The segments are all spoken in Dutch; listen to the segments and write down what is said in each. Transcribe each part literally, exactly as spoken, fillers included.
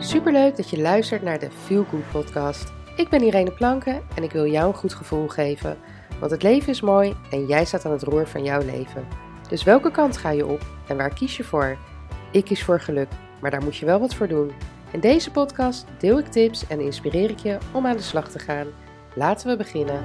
Superleuk dat je luistert naar de Feel Good podcast. Ik ben Irene Planken en ik wil jou een goed gevoel geven. Want het leven is mooi en jij staat aan het roer van jouw leven. Dus welke kant ga je op en waar kies je voor? Ik kies voor geluk, maar daar moet je wel wat voor doen. In deze podcast deel ik tips en inspireer ik je om aan de slag te gaan. Laten we beginnen.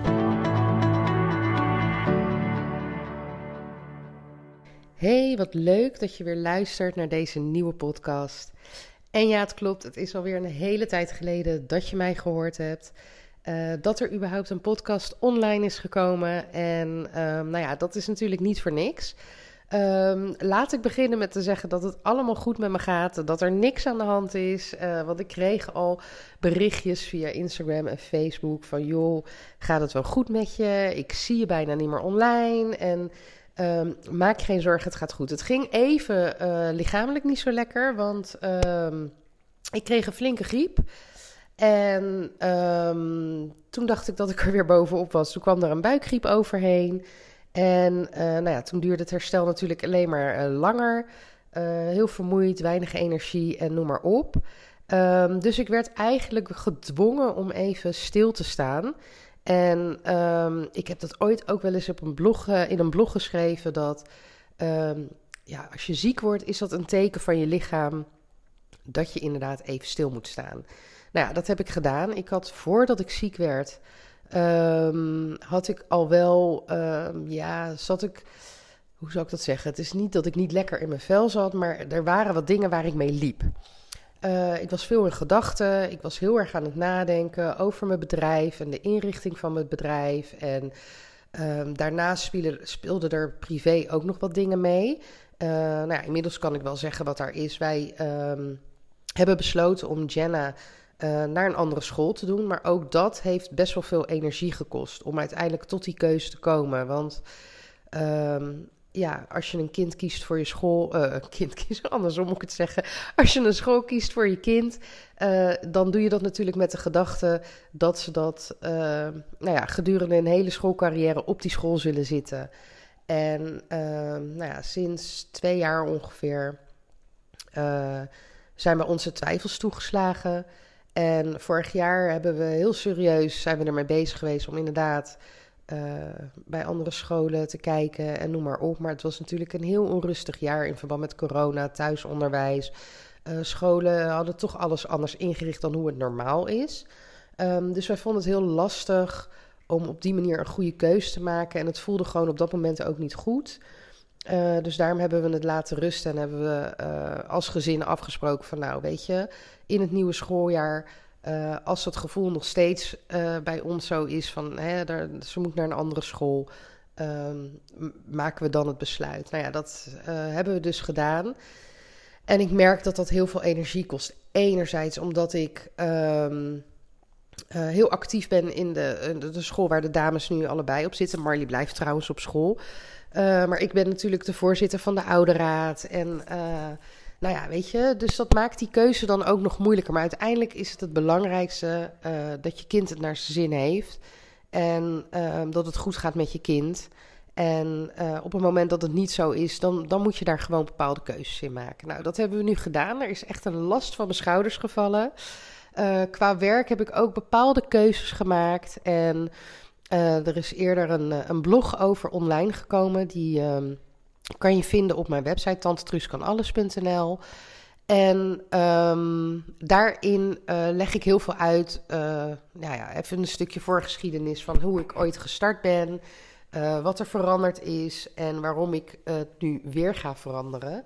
Hey, wat leuk dat je weer luistert naar deze nieuwe podcast. En ja, het klopt, het is alweer een hele tijd geleden dat je mij gehoord hebt. Uh, dat er überhaupt een podcast online is gekomen. En um, nou ja, dat is natuurlijk niet voor niks. Um, laat ik beginnen met te zeggen dat het allemaal goed met me gaat. Dat er niks aan de hand is. Uh, want ik kreeg al berichtjes via Instagram en Facebook van... joh, gaat het wel goed met je? Ik zie je bijna niet meer online. En um, maak je geen zorgen, het gaat goed. Het ging even uh, lichamelijk niet zo lekker, want um, ik kreeg een flinke griep. En um, toen dacht ik dat ik er weer bovenop was. Toen kwam er een buikgriep overheen. En uh, nou ja, toen duurde het herstel natuurlijk alleen maar uh, langer. Uh, heel vermoeid, weinig energie en noem maar op. Um, dus ik werd eigenlijk gedwongen om even stil te staan. En um, ik heb dat ooit ook wel eens op een blog, uh, in een blog geschreven... dat um, ja, als je ziek wordt, is dat een teken van je lichaam... dat je inderdaad even stil moet staan. Nou ja, dat heb ik gedaan. Ik had, voordat ik ziek werd... Um, had ik al wel, um, ja, zat ik, hoe zou ik dat zeggen? Het is niet dat ik niet lekker in mijn vel zat, maar er waren wat dingen waar ik mee liep. Uh, ik was veel in gedachten, ik was heel erg aan het nadenken over mijn bedrijf en de inrichting van mijn bedrijf. En um, daarnaast speelde, speelden er privé ook nog wat dingen mee. Uh, nou ja, inmiddels kan ik wel zeggen wat daar is. Wij um, hebben besloten om Jenna... Uh, naar een andere school te doen. Maar ook dat heeft best wel veel energie gekost om uiteindelijk tot die keuze te komen. Want um, ja, als je een kind kiest voor je school... Uh, een kind kiest, andersom moet ik het zeggen. Als je een school kiest voor je kind... Uh, dan doe je dat natuurlijk met de gedachte dat ze dat... Uh, nou ja, gedurende een hele schoolcarrière op die school zullen zitten. En uh, nou ja, sinds twee jaar ongeveer... Uh, zijn we onze twijfels toegeslagen... En vorig jaar hebben we heel serieus, zijn we ermee bezig geweest om inderdaad uh, bij andere scholen te kijken en noem maar op. Maar het was natuurlijk een heel onrustig jaar in verband met corona, thuisonderwijs. Uh, scholen hadden toch alles anders ingericht dan hoe het normaal is. Um, dus wij vonden het heel lastig om op die manier een goede keuze te maken. En het voelde gewoon op dat moment ook niet goed. Uh, dus daarom hebben we het laten rusten en hebben we uh, als gezin afgesproken van nou weet je, in het nieuwe schooljaar, uh, als het gevoel nog steeds uh, bij ons zo is van hè, daar, ze moet naar een andere school, uh, maken we dan het besluit. Nou ja, dat uh, hebben we dus gedaan. En ik merk dat dat heel veel energie kost. Enerzijds omdat ik um, uh, heel actief ben in de, de school waar de dames nu allebei op zitten. Marley blijft trouwens op school. Uh, maar ik ben natuurlijk de voorzitter van de ouderraad. En uh, nou ja, weet je, dus dat maakt die keuze dan ook nog moeilijker. Maar uiteindelijk is het het belangrijkste uh, dat je kind het naar zijn zin heeft. En uh, dat het goed gaat met je kind. En uh, op het moment dat het niet zo is, dan, dan moet je daar gewoon bepaalde keuzes in maken. Nou, dat hebben we nu gedaan. Er is echt een last van mijn schouders gevallen. Uh, qua werk heb ik ook bepaalde keuzes gemaakt. En... Uh, er is eerder een, een blog over online gekomen. Die um, kan je vinden op mijn website tante truus kan alles punt n l. En um, daarin uh, leg ik heel veel uit. Uh, nou ja, even een stukje voorgeschiedenis van hoe ik ooit gestart ben. Uh, wat er veranderd is en waarom ik het uh, nu weer ga veranderen.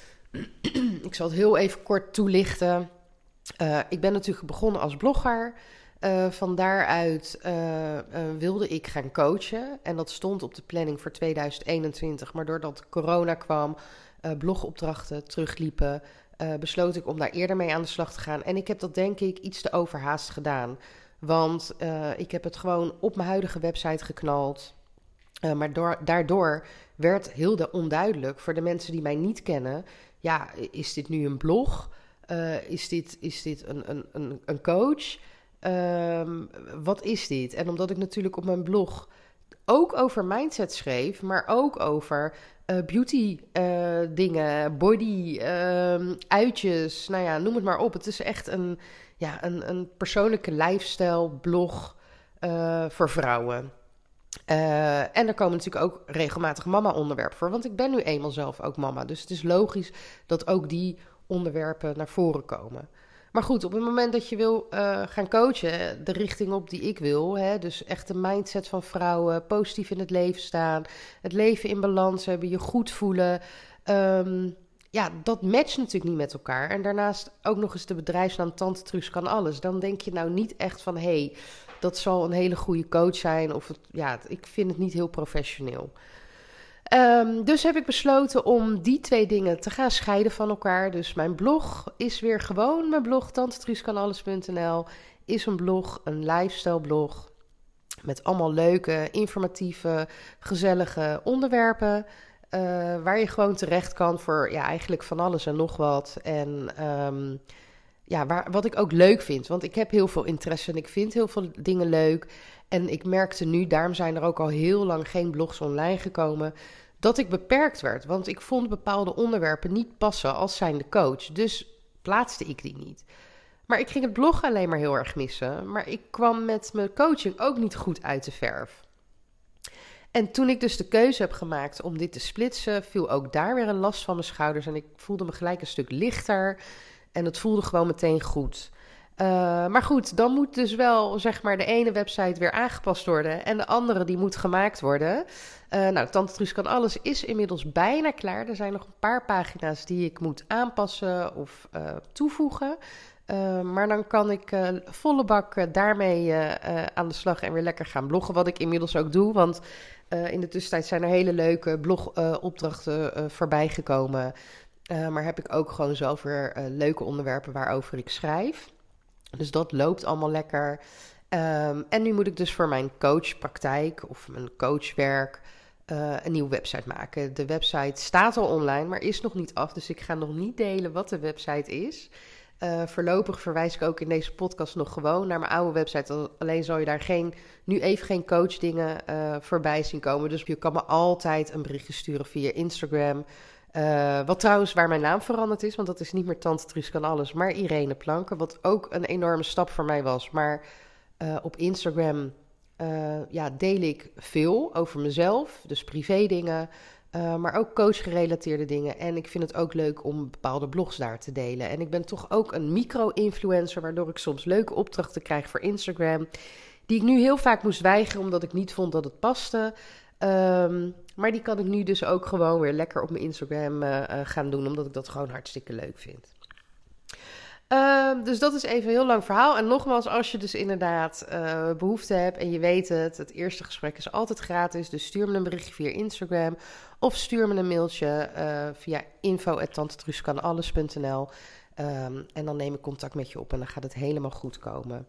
Ik zal het heel even kort toelichten. Uh, ik ben natuurlijk begonnen als blogger. Uh, van daaruit uh, uh, wilde ik gaan coachen. En dat stond op de planning voor tweeduizend eenentwintig. Maar doordat corona kwam, uh, blogopdrachten terugliepen, uh, besloot ik om daar eerder mee aan de slag te gaan. En ik heb dat denk ik iets te overhaast gedaan. Want uh, ik heb het gewoon op mijn huidige website geknald. Uh, maar door, daardoor werd heel de onduidelijk voor de mensen die mij niet kennen. Ja, is dit nu een blog? Uh, is dit, is dit een, een, een, een coach? Um, wat is dit? En omdat ik natuurlijk op mijn blog ook over mindset schreef, maar ook over uh, beauty uh, dingen, body, uh, uitjes, nou ja, noem het maar op. Het is echt een, ja, een, een persoonlijke lifestyle blog uh, voor vrouwen. Uh, en er komen natuurlijk ook regelmatig mama-onderwerpen voor, want ik ben nu eenmaal zelf ook mama. Dus het is logisch dat ook die onderwerpen naar voren komen. Maar goed, op het moment dat je wil uh, gaan coachen, de richting op die ik wil, hè, dus echt de mindset van vrouwen, positief in het leven staan, het leven in balans hebben, je goed voelen, um, ja, dat matcht natuurlijk niet met elkaar. En daarnaast ook nog eens de bedrijfsnaam Tante Truus kan alles. Dan denk je nou niet echt van, hé, hey, dat zal een hele goede coach zijn. Of het, ja, ik vind het niet heel professioneel. Um, dus heb ik besloten om die twee dingen te gaan scheiden van elkaar. Dus mijn blog is weer gewoon mijn blog, tante truus kan alles punt n l. Is een blog, een lifestyle blog. Met allemaal leuke, informatieve, gezellige onderwerpen. Uh, waar je gewoon terecht kan voor ja, eigenlijk van alles en nog wat. En um, ja, waar, wat ik ook leuk vind. Want ik heb heel veel interesse en ik vind heel veel dingen leuk. En ik merkte nu, daarom zijn er ook al heel lang geen blogs online gekomen, dat ik beperkt werd. Want ik vond bepaalde onderwerpen niet passen als zijnde coach. Dus plaatste ik die niet. Maar ik ging het blog alleen maar heel erg missen. Maar ik kwam met mijn coaching ook niet goed uit de verf. En toen ik dus de keuze heb gemaakt om dit te splitsen, viel ook daar weer een last van mijn schouders. En ik voelde me gelijk een stuk lichter. En het voelde gewoon meteen goed. Uh, maar goed, dan moet dus wel zeg maar de ene website weer aangepast worden en de andere die moet gemaakt worden. Uh, nou, Tante Truus kan alles is inmiddels bijna klaar. Er zijn nog een paar pagina's die ik moet aanpassen of uh, toevoegen. Uh, maar dan kan ik uh, volle bak uh, daarmee uh, uh, aan de slag en weer lekker gaan bloggen, wat ik inmiddels ook doe. Want uh, in de tussentijd zijn er hele leuke blogopdrachten uh, uh, voorbij gekomen. Uh, maar heb ik ook gewoon zelf weer uh, leuke onderwerpen waarover ik schrijf. Dus dat loopt allemaal lekker. Um, en nu moet ik dus voor mijn coachpraktijk of mijn coachwerk uh, een nieuwe website maken. De website staat al online, maar is nog niet af. Dus ik ga nog niet delen wat de website is. Uh, voorlopig verwijs ik ook in deze podcast nog gewoon naar mijn oude website. Alleen zal je daar geen, nu even geen coachdingen uh, voorbij zien komen. Dus je kan me altijd een berichtje sturen via Instagram. Uh, wat trouwens waar mijn naam veranderd is, want dat is niet meer Tante Truus kan alles, maar Irene Planken, wat ook een enorme stap voor mij was. Maar uh, op Instagram uh, ja, deel ik veel over mezelf, dus privé dingen, uh, maar ook coach-gerelateerde dingen. En ik vind het ook leuk om bepaalde blogs daar te delen. En ik ben toch ook een micro-influencer, waardoor ik soms leuke opdrachten krijg voor Instagram, die ik nu heel vaak moest weigeren, omdat ik niet vond dat het paste. Um, maar die kan ik nu dus ook gewoon weer lekker op mijn Instagram uh, uh, gaan doen, omdat ik dat gewoon hartstikke leuk vind. Uh, dus dat is even een heel lang verhaal. En nogmaals, als je dus inderdaad uh, behoefte hebt en je weet het, het eerste gesprek is altijd gratis. Dus stuur me een berichtje via Instagram of stuur me een mailtje uh, via info at tante truus kan alles punt n l. Um, en dan neem ik contact met je op en dan gaat het helemaal goed komen.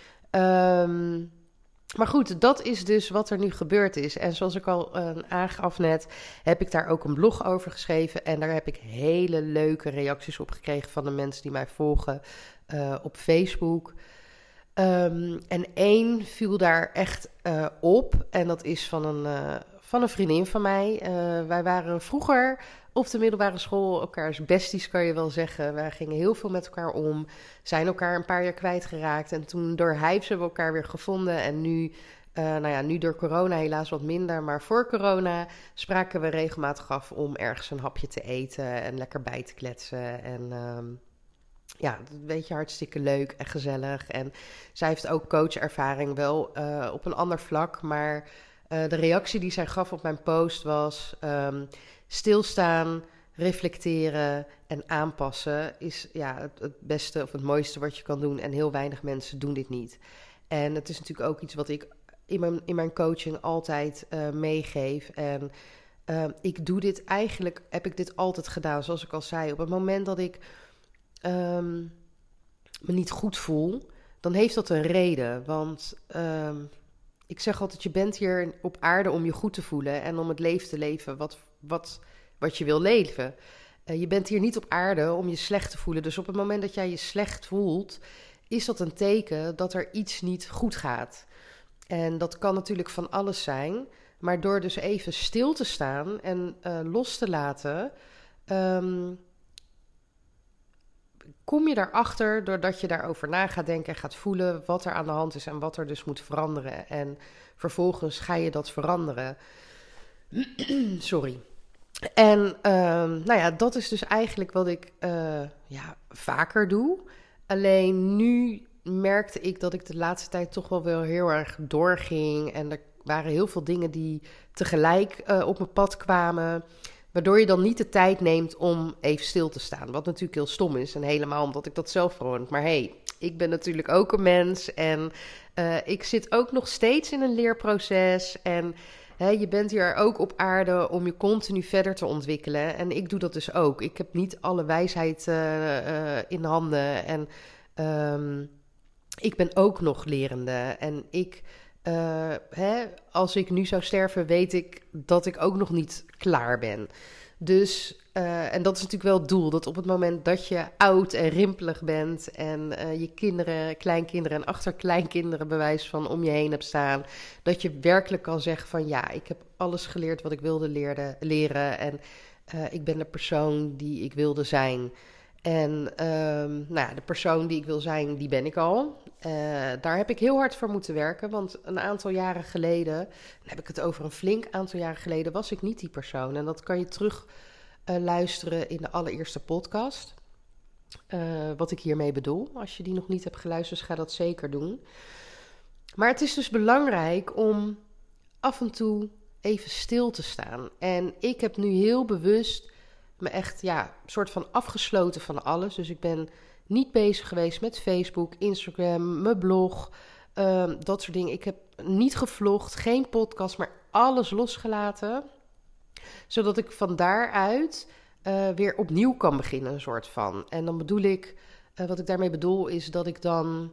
Um, Maar goed, dat is dus wat er nu gebeurd is. En zoals ik al uh, aangaf net, heb ik daar ook een blog over geschreven. En daar heb ik hele leuke reacties op gekregen van de mensen die mij volgen uh, op Facebook. Um, en één viel daar echt uh, op. En dat is van een, uh, van een vriendin van mij. Uh, wij waren vroeger op de middelbare school elkaars besties, kan je wel zeggen. Wij gingen heel veel met elkaar om. Zijn elkaar een paar jaar kwijtgeraakt. En toen door Hives hebben we elkaar weer gevonden. En nu, uh, nou ja, nu door corona helaas wat minder. Maar voor corona spraken we regelmatig af om ergens een hapje te eten. En lekker bij te kletsen. En um, ja, weet je, hartstikke leuk en gezellig. En zij heeft ook coachervaring, wel uh, op een ander vlak. Maar uh, de reactie die zij gaf op mijn post was Um, stilstaan, reflecteren en aanpassen is ja, het, het beste of het mooiste wat je kan doen. En heel weinig mensen doen dit niet. En het is natuurlijk ook iets wat ik in mijn, in mijn coaching altijd uh, meegeef. En uh, ik doe dit eigenlijk, heb ik dit altijd gedaan. Zoals ik al zei, op het moment dat ik um, me niet goed voel, dan heeft dat een reden. Want um, ik zeg altijd, je bent hier op aarde om je goed te voelen en om het leven te leven wat, wat, wat je wil leven. Uh, je bent hier niet op aarde om je slecht te voelen. Dus op het moment dat jij je slecht voelt, is dat een teken dat er iets niet goed gaat. En dat kan natuurlijk van alles zijn. Maar door dus even stil te staan en uh, los te laten, um, kom je daarachter doordat je daarover na gaat denken en gaat voelen wat er aan de hand is en wat er dus moet veranderen. En vervolgens ga je dat veranderen. Sorry. En um, nou ja, dat is dus eigenlijk wat ik uh, ja, vaker doe. Alleen nu merkte ik dat ik de laatste tijd toch wel wel heel erg doorging. En er waren heel veel dingen die tegelijk uh, op mijn pad kwamen. Waardoor je dan niet de tijd neemt om even stil te staan. Wat natuurlijk heel stom is. En helemaal omdat ik dat zelf gewoon. Maar hey, ik ben natuurlijk ook een mens. En uh, ik zit ook nog steeds in een leerproces. En hè, je bent hier ook op aarde om je continu verder te ontwikkelen. En ik doe dat dus ook. Ik heb niet alle wijsheid uh, uh, in handen. En um, ik ben ook nog lerende. En ik... Uh, hè, als ik nu zou sterven, weet ik dat ik ook nog niet klaar ben. Dus, uh, en dat is natuurlijk wel het doel. Dat op het moment dat je oud en rimpelig bent en uh, je kinderen, kleinkinderen en achterkleinkinderen bewijs van om je heen hebt staan, dat je werkelijk kan zeggen van ja, ik heb alles geleerd wat ik wilde leerde, leren en uh, ik ben de persoon die ik wilde zijn. En um, nou ja, de persoon die ik wil zijn, die ben ik al. Uh, daar heb ik heel hard voor moeten werken. Want een aantal jaren geleden, dan heb ik het over een flink aantal jaren geleden, was ik niet die persoon. En dat kan je terug uh, luisteren in de allereerste podcast. Uh, wat ik hiermee bedoel. Als je die nog niet hebt geluisterd, ga dat zeker doen. Maar het is dus belangrijk om af en toe even stil te staan. En ik heb nu heel bewust me echt, ja, soort van afgesloten van alles. Dus ik ben niet bezig geweest met Facebook, Instagram, mijn blog, um, dat soort dingen. Ik heb niet gevlogd, geen podcast, maar alles losgelaten. Zodat ik van daaruit uh, weer opnieuw kan beginnen, een soort van. En dan bedoel ik, uh, wat ik daarmee bedoel, is dat ik dan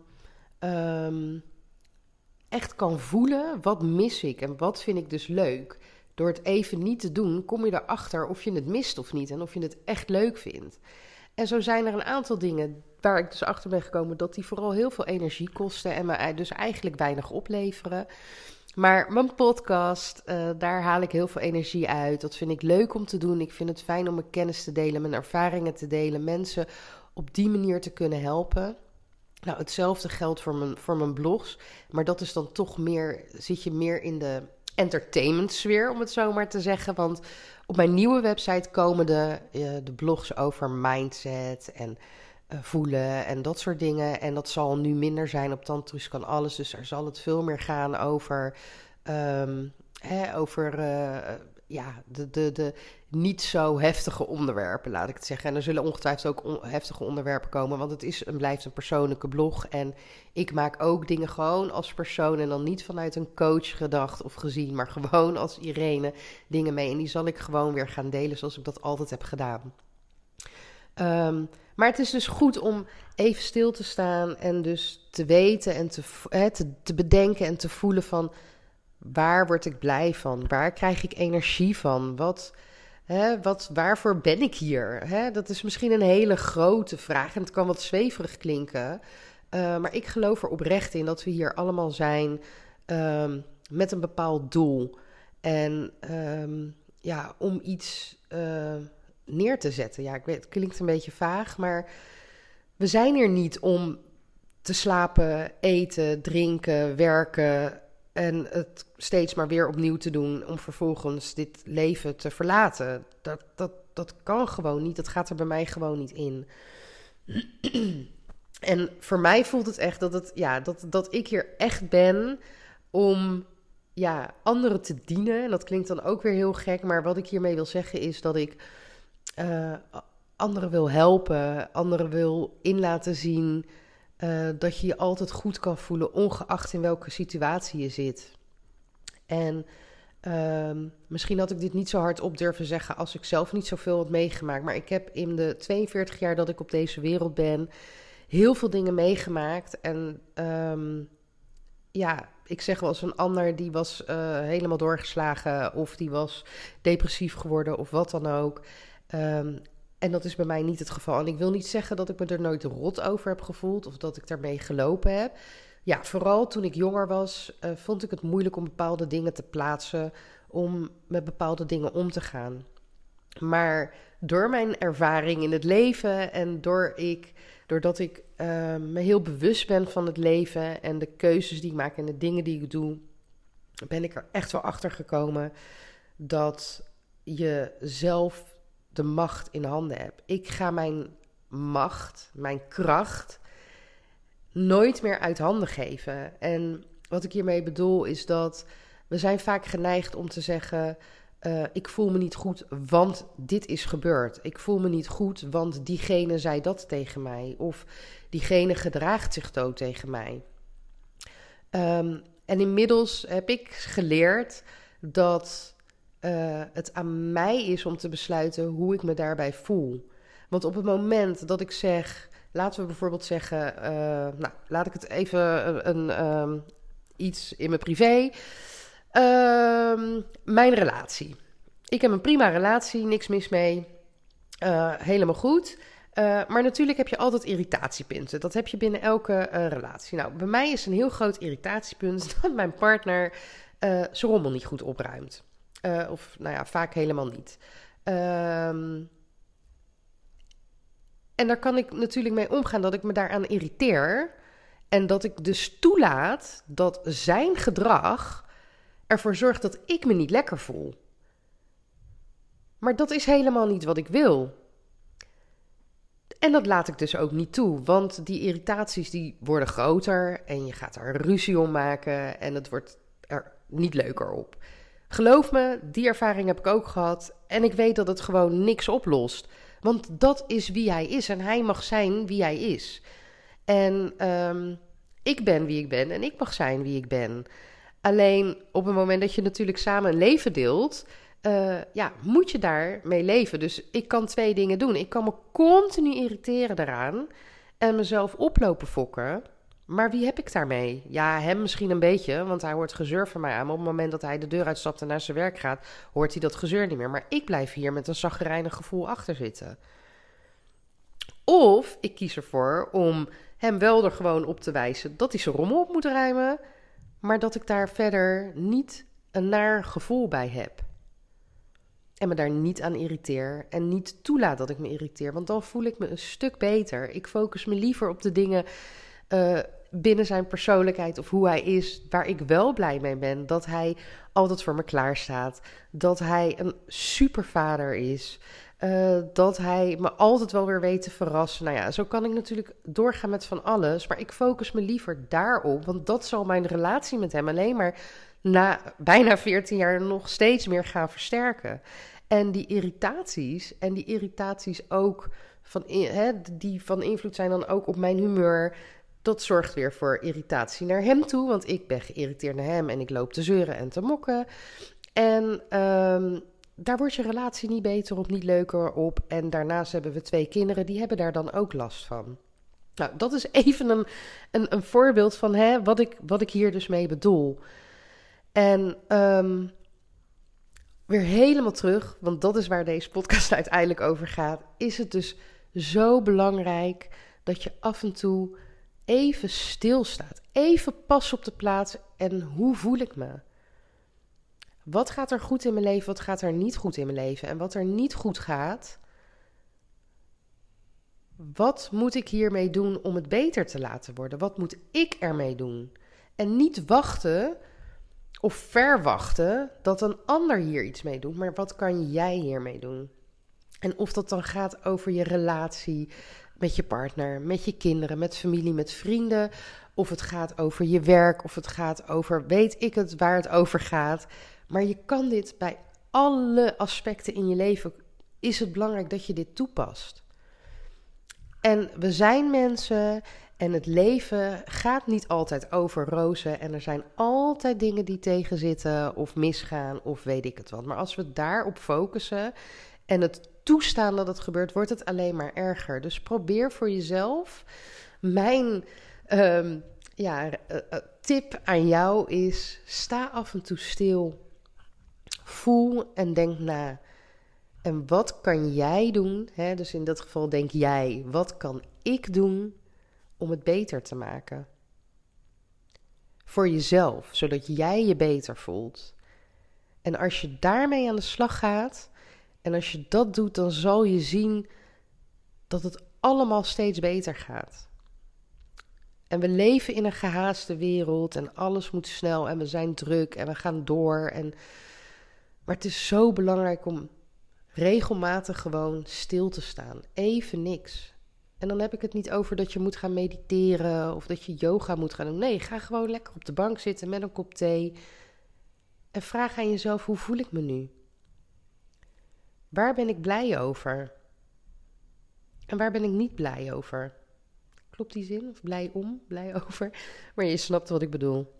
um, echt kan voelen, wat mis ik en wat vind ik dus leuk. Door het even niet te doen, kom je erachter of je het mist of niet en of je het echt leuk vindt. En zo zijn er een aantal dingen waar ik dus achter ben gekomen dat die vooral heel veel energie kosten en me dus eigenlijk weinig opleveren. Maar mijn podcast, uh, daar haal ik heel veel energie uit. Dat vind ik leuk om te doen. Ik vind het fijn om mijn kennis te delen, mijn ervaringen te delen, mensen op die manier te kunnen helpen. Nou, hetzelfde geldt voor mijn, voor mijn blogs, maar dat is dan toch meer, zit je meer in de entertainment sfeer, om het zo maar te zeggen. Want op mijn nieuwe website komen de, uh, de blogs over mindset en uh, voelen en dat soort dingen. En dat zal nu minder zijn op Tantrus kan alles. Dus er zal het veel meer gaan over, um, hè, over uh, ja, de, de, de niet zo heftige onderwerpen, laat ik het zeggen. En er zullen ongetwijfeld ook on- heftige onderwerpen komen, want het is en blijft een persoonlijke blog. En ik maak ook dingen gewoon als persoon en dan niet vanuit een coach gedacht of gezien, maar gewoon als Irene dingen mee. En die zal ik gewoon weer gaan delen zoals ik dat altijd heb gedaan. Um, maar het is dus goed om even stil te staan en dus te weten en te, hè, te, te bedenken en te voelen van waar word ik blij van? Waar krijg ik energie van? Wat, hè, wat, waarvoor ben ik hier? Hè, dat is misschien een hele grote vraag en het kan wat zweverig klinken. Uh, maar ik geloof er oprecht in dat we hier allemaal zijn um, met een bepaald doel. En um, ja, om iets uh, neer te zetten. Ja, ik weet, het klinkt een beetje vaag, maar we zijn hier niet om te slapen, eten, drinken, werken en het steeds maar weer opnieuw te doen om vervolgens dit leven te verlaten. Dat, dat, dat kan gewoon niet. Dat gaat er bij mij gewoon niet in. En voor mij voelt het echt dat, het, ja, dat, dat ik hier echt ben om ja, anderen te dienen. En dat klinkt dan ook weer heel gek, maar wat ik hiermee wil zeggen is dat ik uh, anderen wil helpen, anderen wil in laten zien Uh, dat je je altijd goed kan voelen, ongeacht in welke situatie je zit. En uh, misschien had ik dit niet zo hard op durven zeggen als ik zelf niet zoveel had meegemaakt. Maar ik heb in de tweeënveertig jaar dat ik op deze wereld ben heel veel dingen meegemaakt. En um, ja, ik zeg wel eens een ander die was uh, helemaal doorgeslagen of die was depressief geworden of wat dan ook. Um, En dat is bij mij niet het geval. En ik wil niet zeggen dat ik me er nooit rot over heb gevoeld of dat ik daarmee gelopen heb. Ja, vooral toen ik jonger was, uh, vond ik het moeilijk om bepaalde dingen te plaatsen, om met bepaalde dingen om te gaan. Maar door mijn ervaring in het leven en door ik, doordat ik uh, me heel bewust ben van het leven en de keuzes die ik maak en de dingen die ik doe, ben ik er echt wel achter gekomen dat je zelf de macht in handen hebt. Ik ga mijn macht, mijn kracht nooit meer uit handen geven. En wat ik hiermee bedoel is dat we zijn vaak geneigd om te zeggen, Uh, ik voel me niet goed, want dit is gebeurd. Ik voel me niet goed, want diegene zei dat tegen mij. Of diegene gedraagt zich dood tegen mij. Um, en inmiddels heb ik geleerd dat uh, het aan mij is om te besluiten hoe ik me daarbij voel. Want op het moment dat ik zeg, laten we bijvoorbeeld zeggen, uh, nou, laat ik het even een, een, um, iets in mijn privé. Uh, mijn relatie. Ik heb een prima relatie, niks mis mee. Uh, helemaal goed. Uh, maar natuurlijk heb je altijd irritatiepunten. Dat heb je binnen elke uh, relatie. Nou, bij mij is een heel groot irritatiepunt dat mijn partner uh, zijn rommel niet goed opruimt. Uh, of nou ja, vaak helemaal niet. Um, en daar kan ik natuurlijk mee omgaan dat ik me daaraan irriteer. En dat ik dus toelaat dat zijn gedrag ervoor zorgt dat ik me niet lekker voel. Maar dat is helemaal niet wat ik wil. En dat laat ik dus ook niet toe, want die irritaties die worden groter en je gaat er ruzie om maken en het wordt er niet leuker op. Geloof me, die ervaring heb ik ook gehad en ik weet dat het gewoon niks oplost. Want dat is wie hij is en hij mag zijn wie hij is. En um, ik ben wie ik ben en ik mag zijn wie ik ben. Alleen op het moment dat je natuurlijk samen een leven deelt, uh, ja, moet je daarmee leven. Dus ik kan twee dingen doen. Ik kan me continu irriteren daaraan en mezelf oplopen fokken. Maar wie heb ik daarmee? Ja, hem misschien een beetje, want hij hoort gezeur van mij aan. Maar op het moment dat hij de deur uitstapt en naar zijn werk gaat, hoort hij dat gezeur niet meer. Maar ik blijf hier met een chagrijnig gevoel achter zitten. Of ik kies ervoor om hem wel er gewoon op te wijzen dat hij zijn rommel op moet ruimen, maar dat ik daar verder niet een naar gevoel bij heb. En me daar niet aan irriteer en niet toelaat dat ik me irriteer. Want dan voel ik me een stuk beter. Ik focus me liever op de dingen uh, binnen zijn persoonlijkheid of hoe hij is, waar ik wel blij mee ben. Dat hij altijd voor me klaarstaat. Dat hij een supervader is. Uh, dat hij me altijd wel weer weet te verrassen. Nou ja, zo kan ik natuurlijk doorgaan met van alles. Maar ik focus me liever daarop. Want dat zal mijn relatie met hem alleen maar na bijna veertien jaar nog steeds meer gaan versterken. En die irritaties, en die irritaties ook van, hè, die van invloed zijn dan ook op mijn humeur, dat zorgt weer voor irritatie naar hem toe. Want ik ben geïrriteerd naar hem en ik loop te zeuren en te mokken. En um, daar wordt je relatie niet beter op, niet leuker op. En daarnaast hebben we twee kinderen, die hebben daar dan ook last van. Nou, dat is even een, een, een voorbeeld van hè, wat, ik, wat ik hier dus mee bedoel. En um, weer helemaal terug, want dat is waar deze podcast uiteindelijk over gaat, is het dus zo belangrijk dat je af en toe even stilstaat. Even pas op de plaats en hoe voel ik me? Wat gaat er goed in mijn leven, wat gaat er niet goed in mijn leven? En wat er niet goed gaat, wat moet ik hiermee doen om het beter te laten worden? Wat moet ik ermee doen? En niet wachten of verwachten dat een ander hier iets mee doet, maar wat kan jij hiermee doen? En of dat dan gaat over je relatie met je partner, met je kinderen, met familie, met vrienden, of het gaat over je werk, of het gaat over, weet ik het, waar het over gaat. Maar je kan dit bij alle aspecten in je leven, is het belangrijk dat je dit toepast. En we zijn mensen en het leven gaat niet altijd over rozen. En er zijn altijd dingen die tegenzitten of misgaan of weet ik het wat. Maar als we daarop focussen en het toestaan dat het gebeurt, wordt het alleen maar erger. Dus probeer voor jezelf. Mijn um, ja, uh, uh, tip aan jou is, sta af en toe stil. Voel en denk na. En wat kan jij doen? Hè? Dus in dat geval denk jij, wat kan ik doen om het beter te maken? voor jezelf, zodat jij je beter voelt. En als je daarmee aan de slag gaat en als je dat doet, dan zal je zien dat het allemaal steeds beter gaat. En we leven in een gehaaste wereld en alles moet snel en we zijn druk en we gaan door. En... Maar het is zo belangrijk om regelmatig gewoon stil te staan. Even niks. En dan heb ik het niet over dat je moet gaan mediteren of dat je yoga moet gaan doen. Nee, ga gewoon lekker op de bank zitten met een kop thee. En vraag aan jezelf, hoe voel ik me nu? Waar ben ik blij over? En waar ben ik niet blij over? Klopt die zin? Of blij om, blij over? Maar je snapt wat ik bedoel.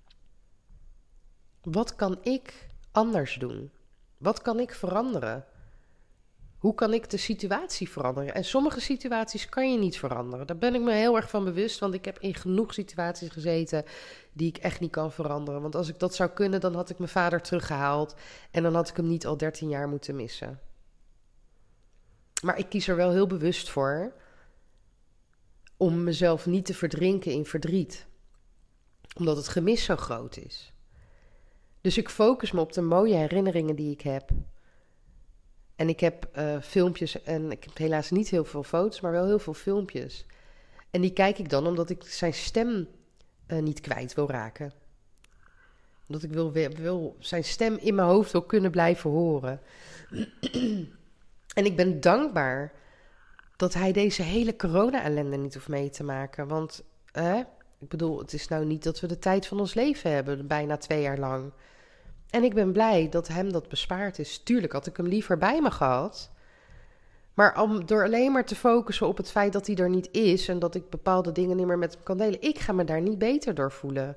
Wat kan ik anders doen? Wat kan ik veranderen? Hoe kan ik de situatie veranderen? En sommige situaties kan je niet veranderen. Daar ben ik me heel erg van bewust, want ik heb in genoeg situaties gezeten die ik echt niet kan veranderen. Want als ik dat zou kunnen, dan had ik mijn vader teruggehaald en dan had ik hem niet al dertien jaar moeten missen. Maar ik kies er wel heel bewust voor om mezelf niet te verdrinken in verdriet. Omdat het gemis zo groot is. Dus ik focus me op de mooie herinneringen die ik heb. En ik heb uh, filmpjes en ik heb helaas niet heel veel foto's, maar wel heel veel filmpjes. En die kijk ik dan omdat ik zijn stem uh, niet kwijt wil raken. Omdat ik wil, wil zijn stem in mijn hoofd wil kunnen blijven horen. En ik ben dankbaar dat hij deze hele corona-ellende niet hoeft mee te maken. Want, eh, ik bedoel, het is nou niet dat we de tijd van ons leven hebben, bijna twee jaar lang. En ik ben blij dat hem dat bespaard is. Tuurlijk had ik hem liever bij me gehad. Maar om, door alleen maar te focussen op het feit dat hij er niet is en dat ik bepaalde dingen niet meer met hem kan delen, ik ga me daar niet beter door voelen.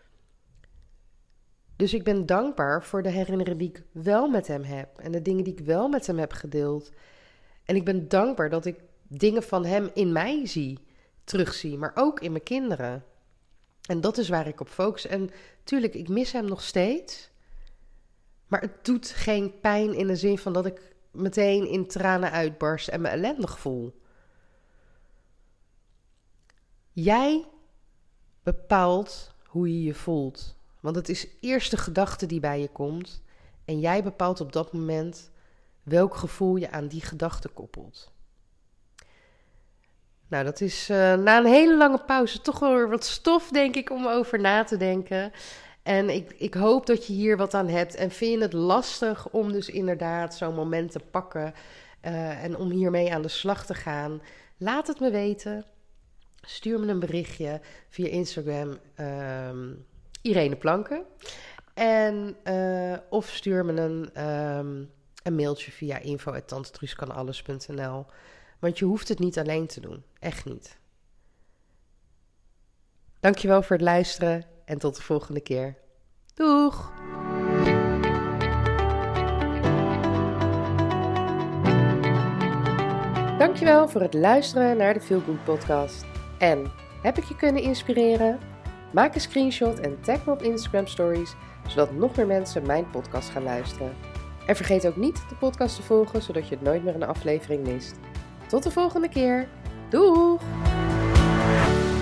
Dus ik ben dankbaar voor de herinneringen die ik wel met hem heb en de dingen die ik wel met hem heb gedeeld. En ik ben dankbaar dat ik dingen van hem in mij zie, terugzie, maar ook in mijn kinderen. En dat is waar ik op focus. En tuurlijk, ik mis hem nog steeds. Maar het doet geen pijn in de zin van dat ik meteen in tranen uitbarst en me ellendig voel. Jij bepaalt hoe je je voelt. Want het is eerst de gedachte die bij je komt. En jij bepaalt op dat moment welk gevoel je aan die gedachte koppelt. Nou, dat is uh, na een hele lange pauze toch wel weer wat stof, denk ik, om over na te denken. En ik, ik hoop dat je hier wat aan hebt. En vind je het lastig om dus inderdaad zo'n moment te pakken uh, en om hiermee aan de slag te gaan? Laat het me weten. Stuur me een berichtje via Instagram, um, Irene Planken. En, uh, of stuur me een, um, een mailtje via info at tante truus kan alles punt n l. Want je hoeft het niet alleen te doen. Echt niet. Dankjewel voor het luisteren en tot de volgende keer. Doeg! Dankjewel voor het luisteren naar de Feel Good podcast. En heb ik je kunnen inspireren? Maak een screenshot en tag me op Instagram Stories, zodat nog meer mensen mijn podcast gaan luisteren. En vergeet ook niet de podcast te volgen, zodat je nooit meer een aflevering mist. Tot de volgende keer. Doeg!